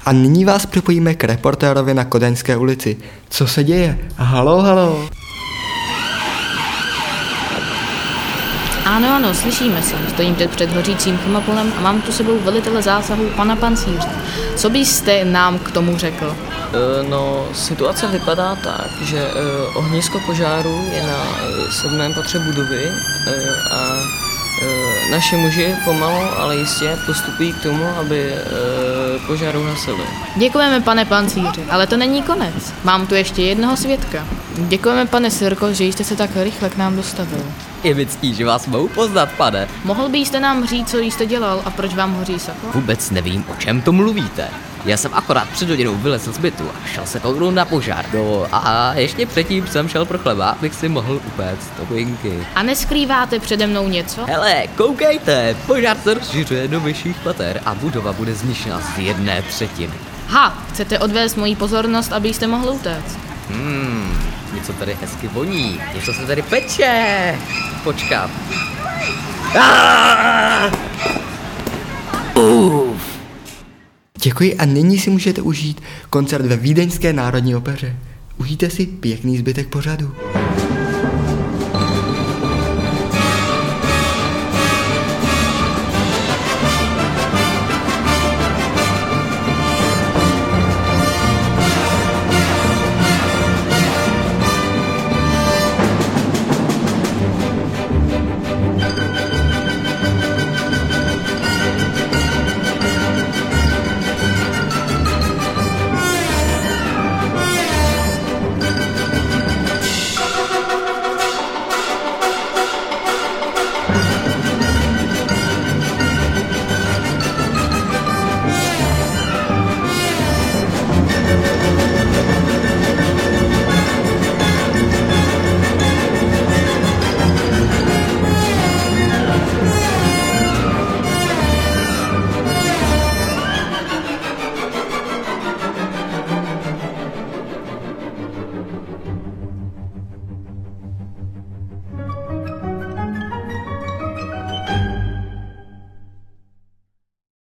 A nyní vás připojíme k reportérovi na Kodaňské ulici. Co se děje? Haló, haló. Ano, slyšíme se. Stojím teď před hořícím chemopolem a mám tu sebou velitele zásahu pana pancíře. Co byste nám k tomu řekl? Situace vypadá tak, že ohnisko požáru je na 7. patře budovy a naši muži pomalu, ale jistě postupují k tomu, aby požár uhasili. Děkujeme, pane pancíře, ale to není konec. Mám tu ještě jednoho svědka. Děkujeme, pane Sirko, že jste se tak rychle k nám dostavil. Je mi ctí, že vás mohu poznat, pane. Mohl byste nám říct, co jste dělal a proč vám hoří sako? Vůbec nevím, o čem to mluvíte. Já jsem akorát před hodinou vylezl z bytu a šel se kouknout na požár. No a ještě předtím jsem šel pro chleba, abych si mohl upéct tobinky. A neskrýváte přede mnou něco? Hele, koukejte, požár se rozšiřuje do vyšších pater a budova bude zničena z 1/3. Chcete odvést moji pozornost, abyste mohli utéct? Něco tady hezky voní, něco se tady peče. Počkat. Děkuji a nyní si můžete užít koncert ve Vídeňské národní opeře. Užijte si pěkný zbytek pořadu.